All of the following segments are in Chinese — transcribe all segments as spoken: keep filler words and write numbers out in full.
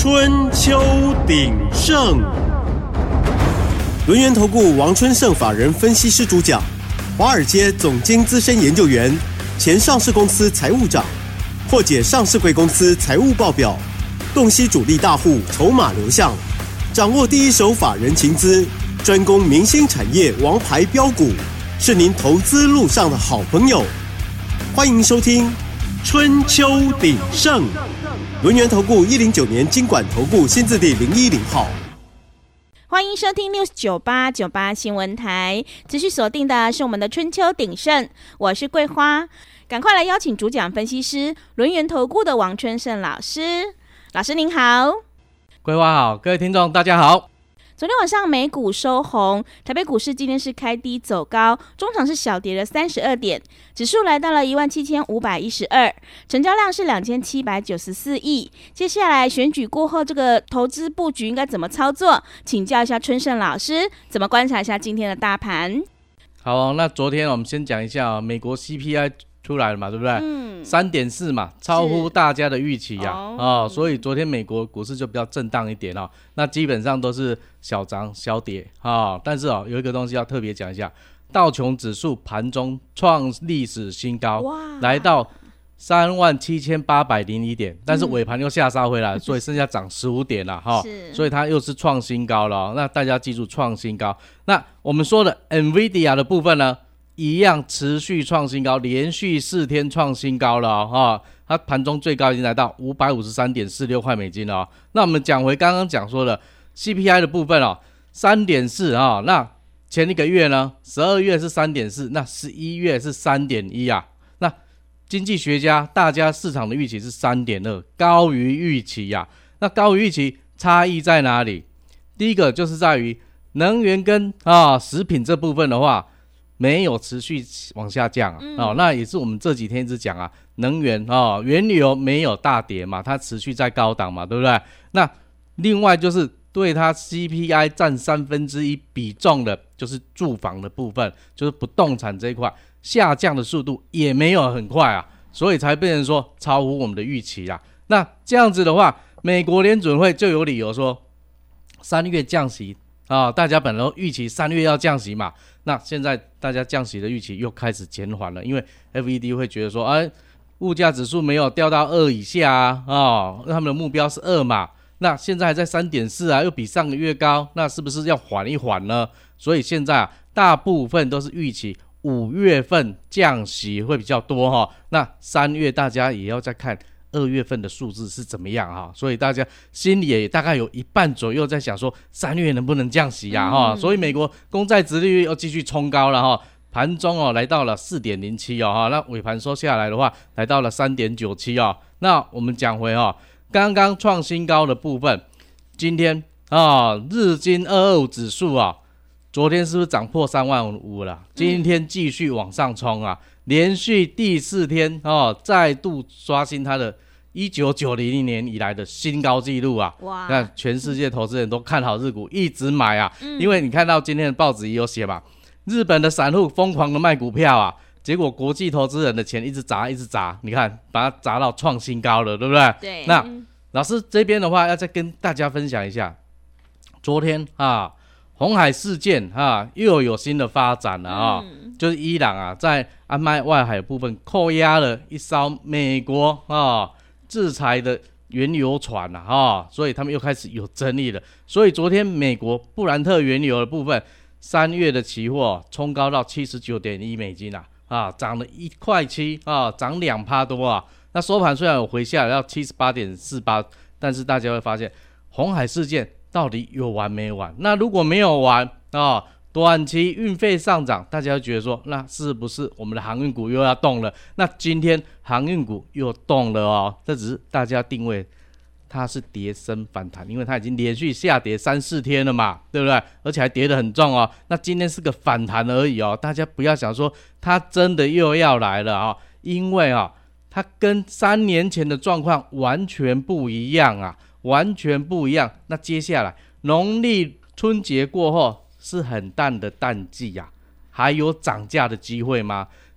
春秋鼎盛。轮源投顾王春盛法人分析师主讲，华尔街总经资深研究员，前上市公司财务长，破解上市贵公司财务报表，洞悉主力大户筹码流向，掌握第一手法人情资，专攻明星产业王牌标股，是您投资路上的好朋友。欢迎收听春秋鼎盛。轮源投顾一零九年金管投顾新字第零一零号。 欢迎收听 News 九八九八新闻台，持续锁定的是我们的春秋鼎盛，我是桂花，赶快来邀请主讲分析师轮源投顾的王春盛老师。老师您好。 桂花好，各位听众大家好。 昨天晚上美股收红，台北股市今天是开低走高，中场是小跌了三十二点，指数来到了一万七千五百一十二，成交量是两千七百九十四亿。接下来选举过后，这个投资布局应该怎么操作？请教一下春盛老师，怎么观察一下今天的大盘？ 好、哦，那昨天我们先讲一下、哦、美国 C P I 出来了嘛，对不对？嗯，三点四嘛，超乎大家的预期呀、啊，哦，哦，所以昨天美国股市就比较震荡一点哦。那基本上都是小涨小跌啊、哦，但是哦，有一个东西要特别讲一下，道琼指数盘中创历史新高，来到三万七千八百零一点，但是尾盘又下杀回来，嗯、所以剩下涨十五点了哈、哦，所以它又是创新高了、哦。那大家记住创新高。那我们说的 NVIDIA 的部分呢？一样持续创新高，连续四天创新高了哦，哦它盘中最高已经来到 五百五十三点四六块美金了哦。那我们讲回刚刚讲说的 C P I 的部分哦 ，三点四 哦，那前一个月呢，十二月是 三点四， 那十一月是 三点一 啊。那经济学家大家市场的预期是 三点二， 高于预期啊。那高于预期差异在哪里？第一个就是在于能源跟啊、哦、食品这部分的话。没有持续往下降啊、嗯哦，那也是我们这几天一直讲啊，能源哦，原油没有大跌嘛，它持续在高档嘛，对不对？那另外就是对它 C P I 占三分之一比重的，就是住房的部分，就是不动产这一块下降的速度也没有很快啊，所以才变成说超乎我们的预期啊。那这样子的话，美国联准会就有理由说三月降息。啊、哦，大家本来预期三月要降息嘛，那现在大家降息的预期又开始减缓了，因为 F E D 会觉得说，哎，物价指数没有掉到二以下啊，哦，他们的目标是二嘛，那现在还在 三点四 啊，又比上个月高，那是不是要缓一缓呢？所以现在啊，大部分都是预期五月份降息会比较多哈、哦，那三月大家也要再看。二月份的数字是怎么样哈？所以大家心里也大概有一半左右在想说，三月能不能降息啊？哈、嗯，所以美国公债殖利率又继续冲高了哈，盘中哦来到了 四点零七 哦哈，那尾盘收下来的话，来到了 三点九七 哦。那我们讲回哦，刚刚创新高的部分，今天啊、哦、日经二二五指数啊、哦，昨天是不是涨破三万五了？今天继续往上冲啊！嗯连续第四天哦，再度刷新它的一九九零年以来的新高纪录啊！哇，那全世界投资人都看好日股，一直买啊、嗯，因为你看到今天的报纸也有写嘛，日本的散户疯狂的卖股票啊，结果国际投资人的钱一直砸，一直砸，你看把它砸到创新高了，对不对？ 对。 那、嗯、老师这边的话，要再跟大家分享一下，昨天啊。红海事件啊，又有新的发展了啊、嗯，就是伊朗啊，在安曼外海部分扣押了一艘美国啊制裁的原油船啊，啊，所以他们又开始有争议了。所以昨天美国布兰特原油的部分，三月的期货冲高到七十九点一美金啊，啊，涨了一块七啊，涨两趴多啊。那收盘虽然有回下来到七十八点四八，但是大家会发现红海事件。到底有完没完？那如果没有完啊、哦，短期运费上涨，大家会觉得说，那是不是我们的航运股又要动了？那今天航运股又动了哦，这只是大家定位它是跌升反弹，因为它已经连续下跌三四天了嘛，对不对？而且还跌得很重哦。那今天是个反弹而已哦，大家不要想说它真的又要来了啊、哦，因为啊、哦，它跟三年前的状况完全不一样啊。完全不一样。那接下来农历春节过后是很淡的淡季啊，还有涨价的机会吗？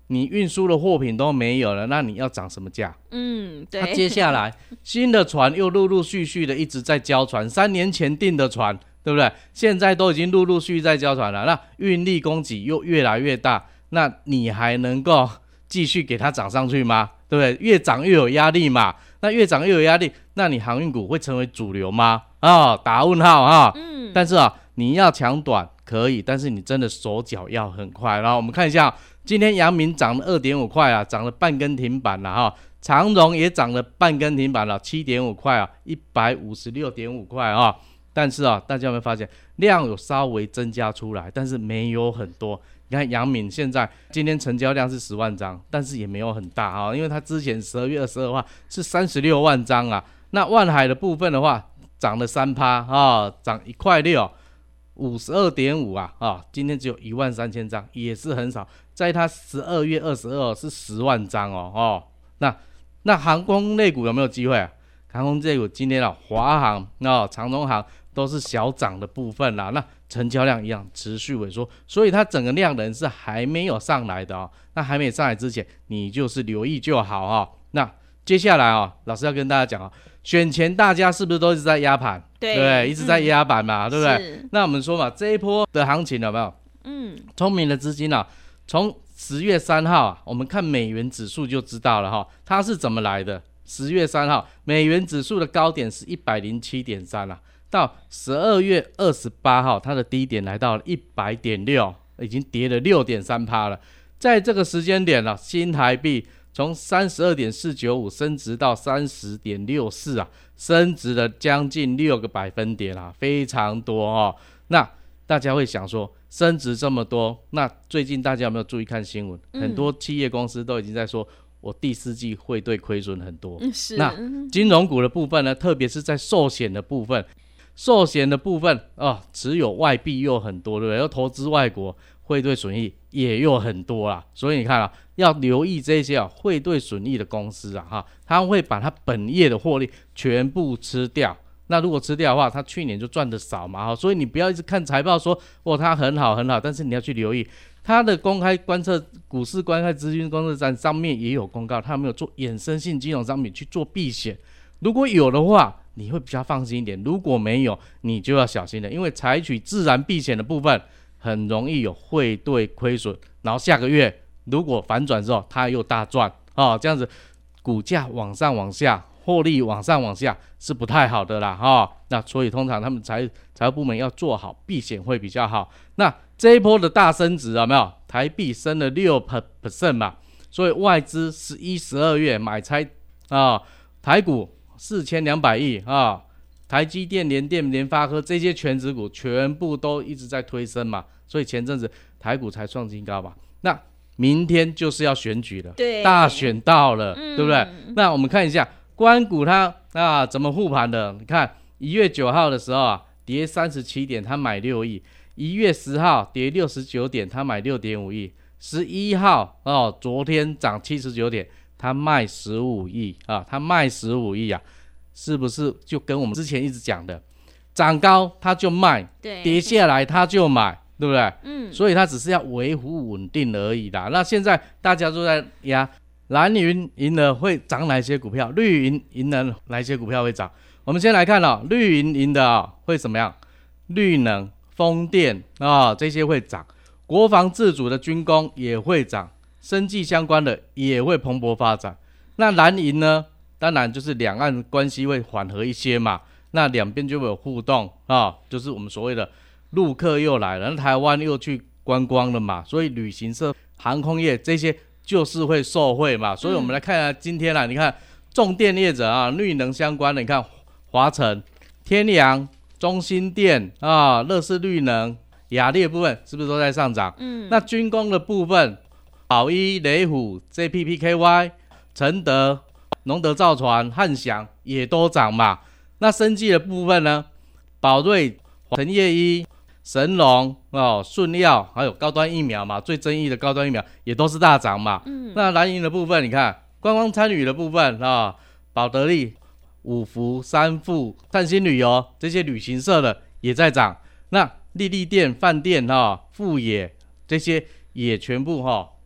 你运输的货品都没有了，那你要涨什么价？ 嗯，对。 那接下来新的船又陆陆续续的一直在交船，三年前订的船，对不对？现在都已经陆陆续续在交船了，那运力供给又越来越大，那你还能够继续给它涨上去吗？对不对？越涨越有压力嘛，那越涨越有压力，那你航运股会成为主流吗？啊、哦，打问号啊！嗯，但是啊，你要抢短可以，但是你真的手脚要很快。然后我们看一下，今天阳明涨了 二点五 块啊，涨了半根停板了哈。长荣也涨了半根停板了 七点五 块啊， 一百五十六点五 块啊。但是啊，大家有没有发现量有稍微增加出来，但是没有很多。你看阳明现在今天成交量是十万张，但是也没有很大啊，因为它之前十二月二十二号是三十六万张啊。那万海的部分的话，涨了 百分之三 啊，涨一块六， 五十二点五 啊啊，今天只有一万三千张，也是很少。在它十二月二十二是十万张哦哦。那那航空类股有没有机会啊？航空类股今天啊，华航、哦、长荣航都是小涨的部分啦，那成交量一样持续萎缩，所以它整个量能是还没有上来的哦。那还没上来之前，你就是留意就好哦。那接下来哦，老师要跟大家讲哦，选前大家是不是都一直在压盘？对，对，一直在压盘嘛，嗯、对不对？那我们说嘛，这一波的行情有没有？嗯，聪明的资金啊，从十月三号啊，我们看美元指数就知道了哈、哦，它是怎么来的？十月三号，美元指数的高点是 一百零七点三 啊，到十二月二十八号，它的低点来到了 一百点六， 已经跌了 百分之六点三 了。在这个时间点啊，新台币从 三十二点四九五 升值到 三十点六四 啊，升值了将近六个百分点啊，非常多哦。那大家会想说，升值这么多，那最近大家有没有注意看新闻？嗯、很多企业公司都已经在说，我第四季会对亏损很多。是。那金融股的部分呢，特别是在寿险的部分，寿险的部分哦，持有外币又很多，对不对？要投资外国，汇兑损益也又很多啦。所以你看啊，要留意这些啊汇兑损益的公司啊，哈，它会把它本业的获利全部吃掉。那如果吃掉的话，它去年就赚的少嘛，所以你不要一直看财报说哦它很好很好，但是你要去留意它的公开观测股市观看资讯公测站上面也有公告，它有没有做衍生性金融商品去做避险。如果有的话，你会比较放心一点；如果没有，你就要小心了，因为采取自然避险的部分很容易有汇兑亏损，然后下个月如果反转之后它又大赚哦，这样子股价往上往下，获利往上往下是不太好的啦哈、哦。那所以通常他们财财务部门要做好避险会比较好。那这一波的大升值有没有？台币升了 百分之六 嘛，所以外资十一、十二月买拆啊，台股四千两百亿啊，台积电、联电、联发科这些全指股全部都一直在推升嘛，所以前阵子台股才创新高嘛。那明天就是要选举了，对，大选到了，嗯、对不对？那我们看一下官股它啊怎么护盘的？你看一月九号的时候啊，跌三十七点，它买六亿；一月十号跌六十九点，它买 六点五亿；十一号哦，昨天涨七十九点。他卖十五亿啊，他卖十五亿啊，是不是就跟我们之前一直讲的，涨高他就卖，跌下来他就买，对不对？嗯，所以他只是要维护稳定而已啦。那现在大家都在压蓝云银的会涨哪些股票，绿云银的哪些股票会涨？我们先来看哦，绿云银的哦会怎么样？绿能、风电啊、哦、这些会涨，国防自主的军工也会涨。生技相关的也会蓬勃发展。那蓝银呢？当然就是两岸关系会缓和一些嘛，那两边就会有互动啊，就是我们所谓的陆客又来了，那台湾又去观光了嘛，所以旅行社、航空业这些就是会受惠嘛。所以我们来看一下今天啦，你看重电业者啊，绿能相关的，你看华城、天阳、中兴电啊、乐视绿能、亚力的部分是不是都在上涨？嗯，那军工的部分。宝一、雷虎、J P P K Y、承德、龙德造船、汉翔也都涨嘛。那生技的部分呢？宝瑞、陈业一、神龙、哦、顺药，还有高端疫苗嘛，最争议的高端疫苗也都是大涨嘛。嗯、那蓝银的部分，你看观光参与的部分啊，宝得利、五福、三富、灿星旅游这些旅行社的也在涨。那利利店、饭店哈、富野这些也全部哈。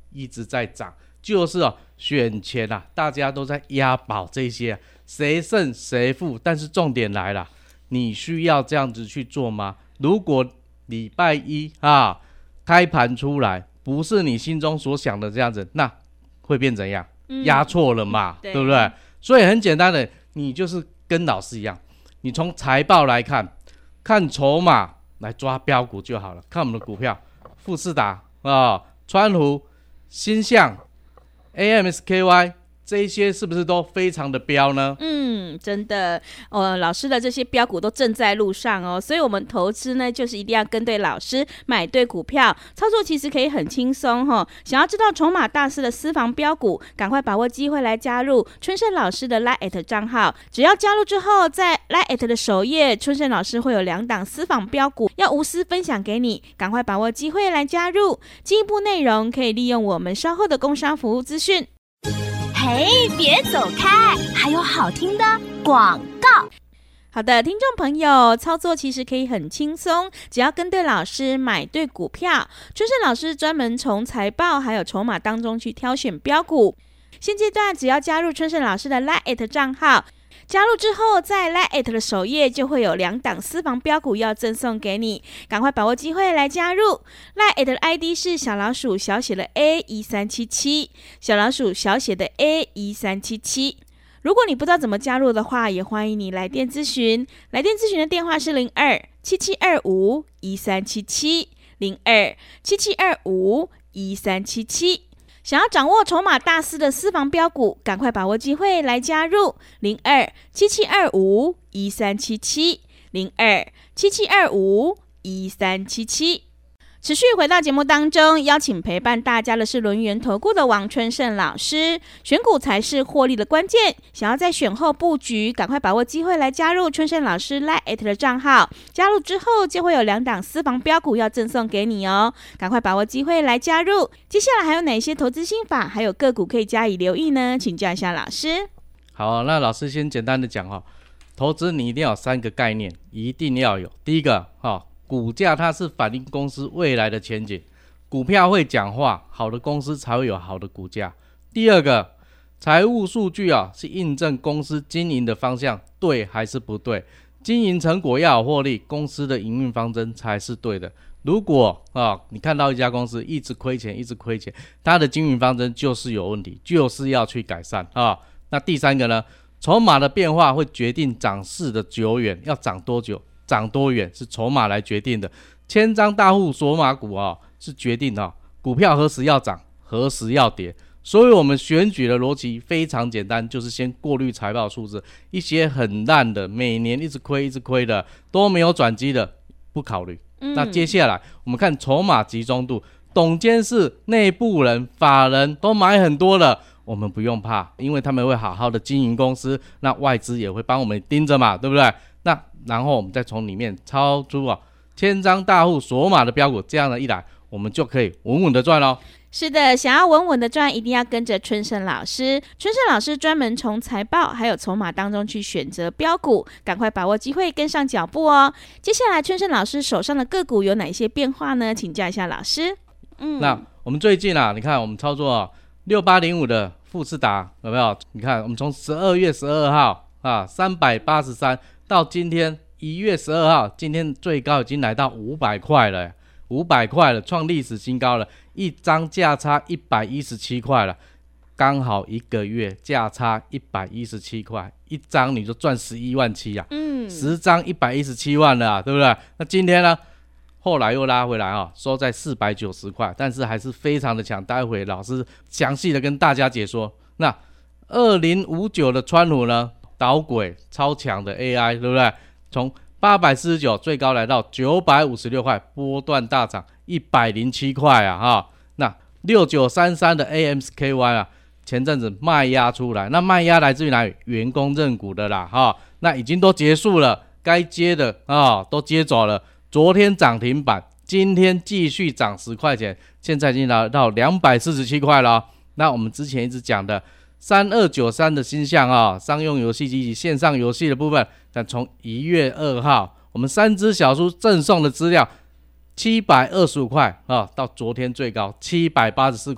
一直在涨，就是哦选前啊大家都在押宝这些、啊、谁胜谁负，但是重点来了，你需要这样子去做吗？如果礼拜一啊开盘出来不是你心中所想的这样子，那会变怎样？押错了嘛、嗯、对, 对不对？所以很简单的，你就是跟老师一样，你从财报来看，看筹码来抓标股就好了。看我们的股票，富士达啊、川湖、新象、A M S K Y。这一些是不是都非常的标呢？ 嗯，真的，呃，老师的这些标股都正在路上哦，所以我们投资呢，就是一定要跟对老师，买对股票，操作其实可以很轻松哈、哦。想要知道筹码大师的私房标股，赶快把握机会来加入春盛老师的 LINE@ 账号。只要加入之后，在 LINE@ 的首页，春盛老师会有两档私房标股要无私分享给你，赶快把握机会来加入。进一步内容可以利用我们稍后的工商服务资讯。 嘿，别走开，还有好听的广告。 好的，听众朋友，操作其实可以很轻松，只要跟对老师，买对股票。春盛老师专门从财报还有筹码当中去挑选标股。现阶段只要加入春盛老师的 LINE@ 账号，加入之后，在 LINE@ 的首页就会有两档私房标股要赠送给你，赶快把握机会来加入。LINE@ 的 I D 是小老鼠小写的 A 一三七七， 小老鼠小写的 A 一三七七。如果你不知道怎么加入的话，也欢迎你来电咨询。来电咨询的电话是零二七七二五一三七七， 零二七七二五一三七七。想要掌握筹码大师的私房标股，赶快把握机会来加入零二七七二五一三七七， 零二七七二五一三七七。持续回到节目当中，邀请陪伴大家的是轮源投顾的王春盛老师。选股才是获利的关键，想要在选后布局，赶快把握机会来加入春盛老师 LINE@ 的账号。加入之后就会有两档私房标股要赠送给你哦，赶快把握机会来加入。接下来还有哪些投资心法，还有个股可以加以留意呢？请教一下老师。 好，那老师先简单的讲哈、哦，投资你一定要有三个概念，一定要有。第一个哈、哦。股价它是反映公司未来的前景，股票会讲话，好的公司才会有好的股价。第二个，财务数据啊是印证公司经营的方向对还是不对，经营成果要有获利，公司的营运方针才是对的。如果啊你看到一家公司一直亏钱，一直亏钱，它的经营方针就是有问题，就是要去改善啊。那第三个呢，筹码的变化会决定涨势的久远，要涨多久？涨多远是筹码来决定的，千张大户锁码股啊、哦、是决定的、哦，股票何时要涨，何时要跌。所以我们选举的逻辑非常简单，就是先过滤财报数字，一些很烂的，每年一直亏一直亏的，都没有转机的，不考虑。嗯、那接下来我们看筹码集中度，董监事、内部人、法人都买很多了，我们不用怕，因为他们会好好的经营公司，那外资也会帮我们盯着嘛，对不对？那然后我们再从里面超出啊千张大户锁码的标股，这样的一来，我们就可以稳稳的赚咯。 是的，想要稳稳的赚，一定要跟着春盛老师。春盛老师专门从财报还有筹码当中去选择标股，赶快把握机会，跟上脚步哦。接下来春盛老师手上的个股有哪些变化呢？请教一下老师。 嗯，那我们最近啊，你看我们操作啊六八零五的富士达有没有？你看我们从十二月十二号啊三百八十三。到今天一月十二号，今天最高已经来到五百块了，五百块了，创历史新高了，一张价差一百一十七块了，刚好一个月价差一百一十七块，一张你就赚十一万七啊，嗯，十张一百一十七万了、啊，对不对？那今天呢，后来又拉回来啊，收在四百九十块，但是还是非常的强，待会老师详细的跟大家解说。那二零五九的川湖呢？导轨超强的 A I， 对不对？从八百四十九最高来到九百五十六块，波段大涨一百零七块啊！哈，那六九三三的 A M S K Y 啊，前阵子卖压出来，那卖压来自于哪里？员工认股的啦，哈，那已经都结束了，该接的啊都接走了。昨天涨停板，今天继续涨十块钱，现在已经来到两百四十七块了。那我们之前一直讲的。三二九三的新象啊，商用游戏机及线上游戏的部分，但从一月二号，我们三只小书赠送的资料，七百二十五块啊，到昨天最高七百八十四块，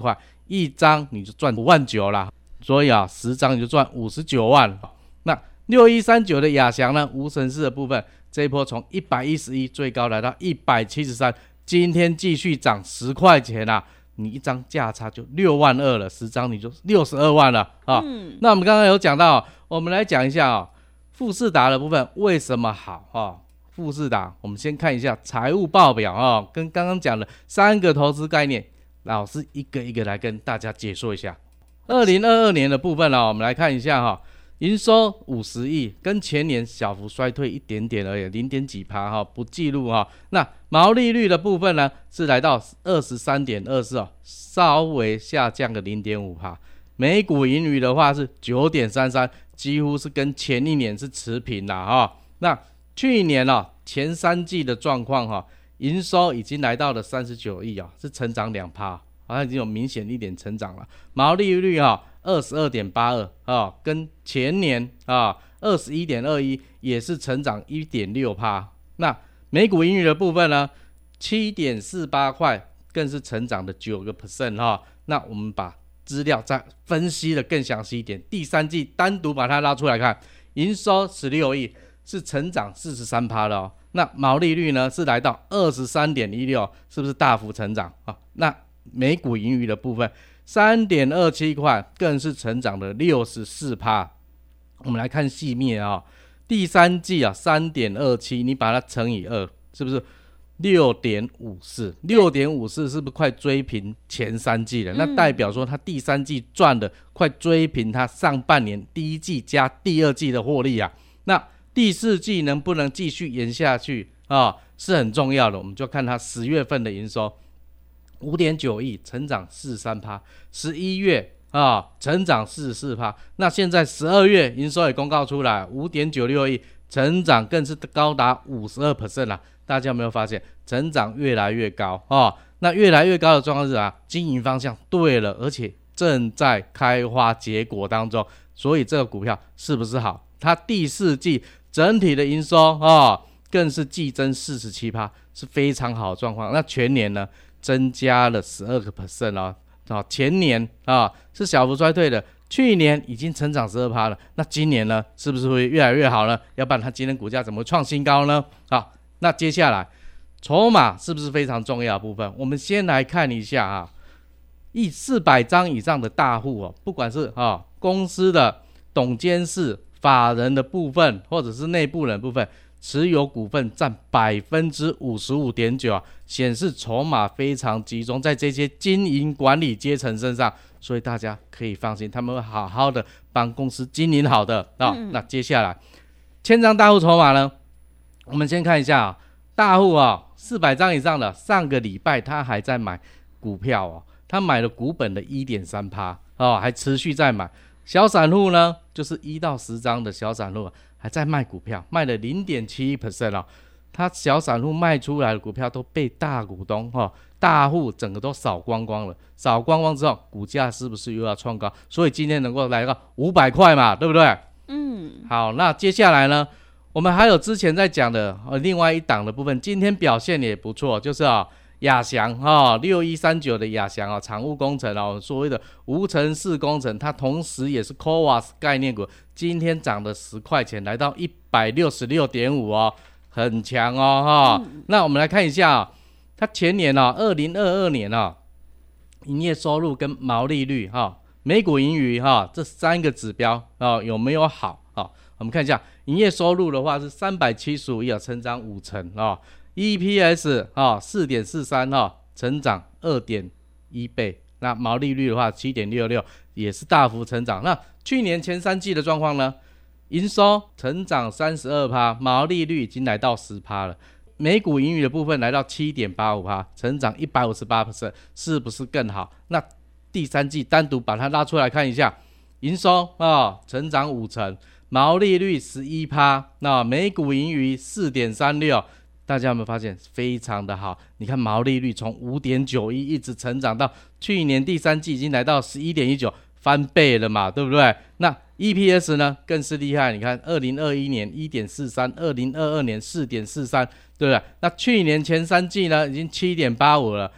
一张你就赚五万九啦，所以啊，十张你就赚五十九万。那六一三九的亚翔呢，无尘室的部分，这一波从一百一十一最高来到一百七十三，今天继续涨十块钱啦、啊，你一张价差就六万二了，十张你就六十二万了啊、嗯。那我们刚刚有讲到，我们来讲一下啊，富士达的部分为什么好啊？富士达，我们先看一下财务报表啊，跟刚刚讲的三个投资概念，老师一个一个来跟大家解说一下。二零二二年的部分啊，我们来看一下哈。营收五十亿，跟前年小幅衰退一点点而已，零点几趴哈，不记录哈。那毛利率的部分呢，是来到 二十三点二四 哦，稍微下降个 零点五趴。每股盈余的话是 九点三三， 几乎是跟前一年是持平啦哈。那去年哦，前三季的状况哈，营收已经来到了三十九亿啊，是成长 百分之二， 好像已经有明显一点成长了。毛利率哈。二十二点八二 啊，跟前年啊 二十一点二一 也是成长 一点六趴。那每股盈余的部分呢 七点四八块，更是成长的 百分之九 哈。那我们把资料再分析的更详细一点，第三季单独把它拉出来看，营收十六亿，是成长 百分之四十三 的哦。那毛利率呢是来到 二十三点一六， 是不是大幅成长啊？那每股盈余的部分三点二七块，更是成长了 百分之六十四。 我们来看细面啊、哦，第三季啊 三点二七， 你把它乘以二，是不是 六点五四？ 六点五四 是不是快追平前三季了、嗯、那代表说它第三季赚的快追平它上半年第一季加第二季的获利啊。那第四季能不能继续延下去啊，是很重要的。我们就看它十月份的营收五点九亿，成长 百分之四十三， 十一月啊成长 百分之四十四， 那现在十二月营收也公告出来 五点九六亿，成长更是高达 百分之五十二 啦。大家有没有发现成长越来越高啊？那越来越高的状况是啊，经营方向对了，而且正在开花结果当中，所以这个股票是不是好？它第四季整体的营收啊更是季增 百分之四十七， 是非常好的状况。那全年呢增加了 百分之十二 哦，啊，前年啊是小幅衰退的，去年已经成长 百分之十二 了，那今年呢是不是会越来越好呢？要不然它今天股价怎么会创新高呢？好，那接下来筹码是不是非常重要的部分？我们先来看一下啊，以四百张以上的大户哦，不管是啊公司的董监事、法人的部分，或者是内部人的部分，持有股份占 百分之五十五点九 啊，显示筹码非常集中在这些经营管理阶层身上，所以大家可以放心，他们会好好的帮公司经营好的啊、嗯。那接下来千张大户筹码呢，我们先看一下啊，大户啊四百张以上的，上个礼拜他还在买股票哦，他买了股本的 一点三 哦，还持续在买。小散户呢，就是一到十张的小散户、啊、还在卖股票，卖了 零点七一 哦。他小散户卖出来的股票都被大股东、哦、大户整个都扫光光了，扫光光之后，股价是不是又要创高？所以今天能够来到五百块嘛，对不对？嗯，好，那接下来呢，我们还有之前在讲的、呃、另外一档的部分，今天表现也不错，就是啊、哦。亚翔啊，六一三九的亚翔啊，产物工程啊，所谓的无尘室工程，它同时也是 C O A S 概念股，今天涨了十块钱，来到 一百六十六点五 哦，很强哦哈、嗯。那我们来看一下、啊，它前年啊，二零二二年啊，营业收入跟毛利率哈、啊，每股盈余哈、啊，这三个指标啊有没有好啊？我们看一下，营业收入的话是三百七十五亿啊，成长五成啊。E P S 啊 四点四三 啊，成长 二点一 倍。那毛利率的话 七点六六 也是大幅成长。那去年前三季的状况呢，营收成长 百分之三十二， 毛利率已经来到 百分之十 了。每股盈余的部分来到 七点八五， 成长 一百五十八， 是不是更好？那第三季单独把它拉出来看一下，营收啊成长五成，毛利率 百分之十一， 那每股盈余 四点三六，大家有没有发现非常的好？你看毛利率从 五点九一 一直成长到去年第三季已经来到 十一点一九， 翻倍了嘛，对不对？那 E P S 呢更是厉害，你看二零二一年 一点四三， 二零二二年 四点四三， 对不对？那去年前三季呢已经 七点八五 了，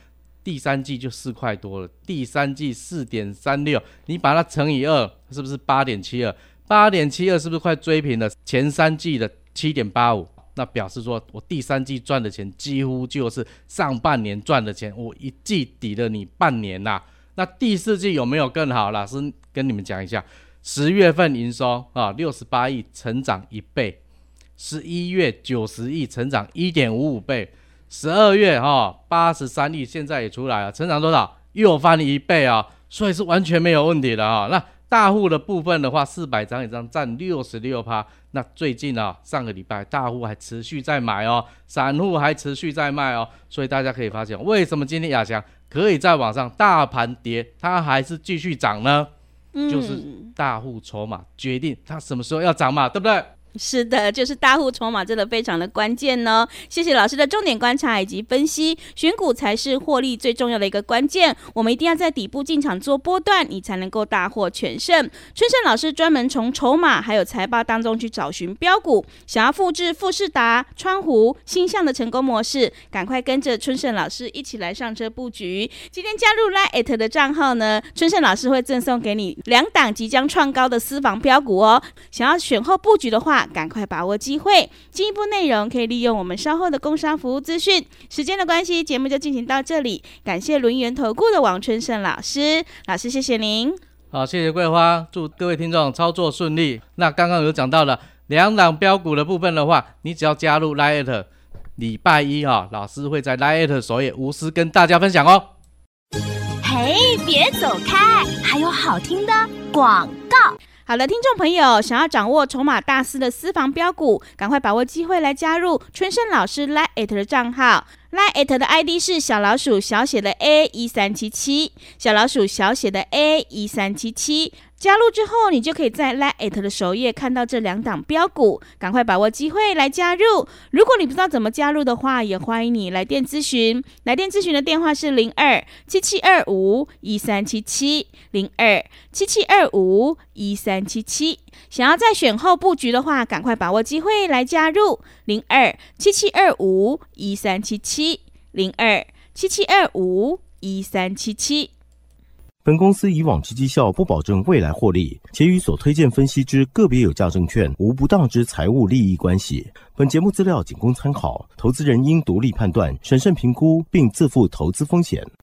第三季就四块多了，第三季 四点三六， 你把它乘以二，是不是 八点七二？ 八点七二 是不是快追平了前三季的 七点八五？ 那表示说我第三季赚的钱几乎就是上半年赚的钱，我一季抵了你半年啦。那第四季有没有更好？老师跟你们讲一下，十月份营收啊六十八亿，成长一倍；十一月九十亿，成长 一点五五倍；十二月哈八十三亿，现在也出来了，成长多少？又翻一倍啊！所以是完全没有问题的啊。那大户的部分的话，四百张以上占 百分之六十六。 那最近啊，上个礼拜大户还持续在买哦，散户还持续在卖哦，所以大家可以发现，为什么今天亚翔可以在往上，大盘跌它还是继续涨呢？嗯、就是大户筹码决定它什么时候要涨嘛，对不对？ 是的，就是大户筹码真的非常的关键哦。谢谢老师的重点观察以及分析，选股才是获利最重要的一个关键。我们一定要在底部进场做波段，你才能够大获全胜。春盛老师专门从筹码还有财报当中去找寻标股，想要复制富士达、川湖、星象的成功模式，赶快跟着春盛老师一起来上车布局。今天加入 LINE@ 的账号呢，春盛老师会赠送给你两档即将创高的私房标股哦。想要选后布局的话，赶快把握机会。进一步内容可以利用我们稍后的工商服务资讯。时间的关系，节目就进行到这里。感谢轮源投顾的王春盛老师，老师谢谢您。 好，谢谢桂花，祝各位听众操作顺利。那刚刚有讲到了两档标股的部分的话，你只要加入 LINE@， 礼拜一哈、哦，老师会在 LINE@ 首页无私跟大家分享哦。 嘿，别走开，还有好听的广告。 好的，听众朋友，想要掌握筹码大师的私房标股，赶快把握机会来加入春盛老师 LINE@ 的账号。LINE@ 的 I D 是小老鼠小写的 A 一三七七， 小老鼠小写的 A 一三七七。加入之后，你就可以在 LINE@ 的首页看到这两档标股，赶快把握机会来加入。如果你不知道怎么加入的话，也欢迎你来电咨询。来电咨询的电话是零二七七二五一三七七 零二七七二五一三七七。想要在选后布局的话，赶快把握机会来加入零二七七二五一三七七 零二七七二五一三七七。 本公司以往之绩效不保证未来获利，且与所推荐分析之个别有价证券无不当之财务利益关系。本节目资料仅供参考，投资人应独立判断、审慎评估，并自负投资风险。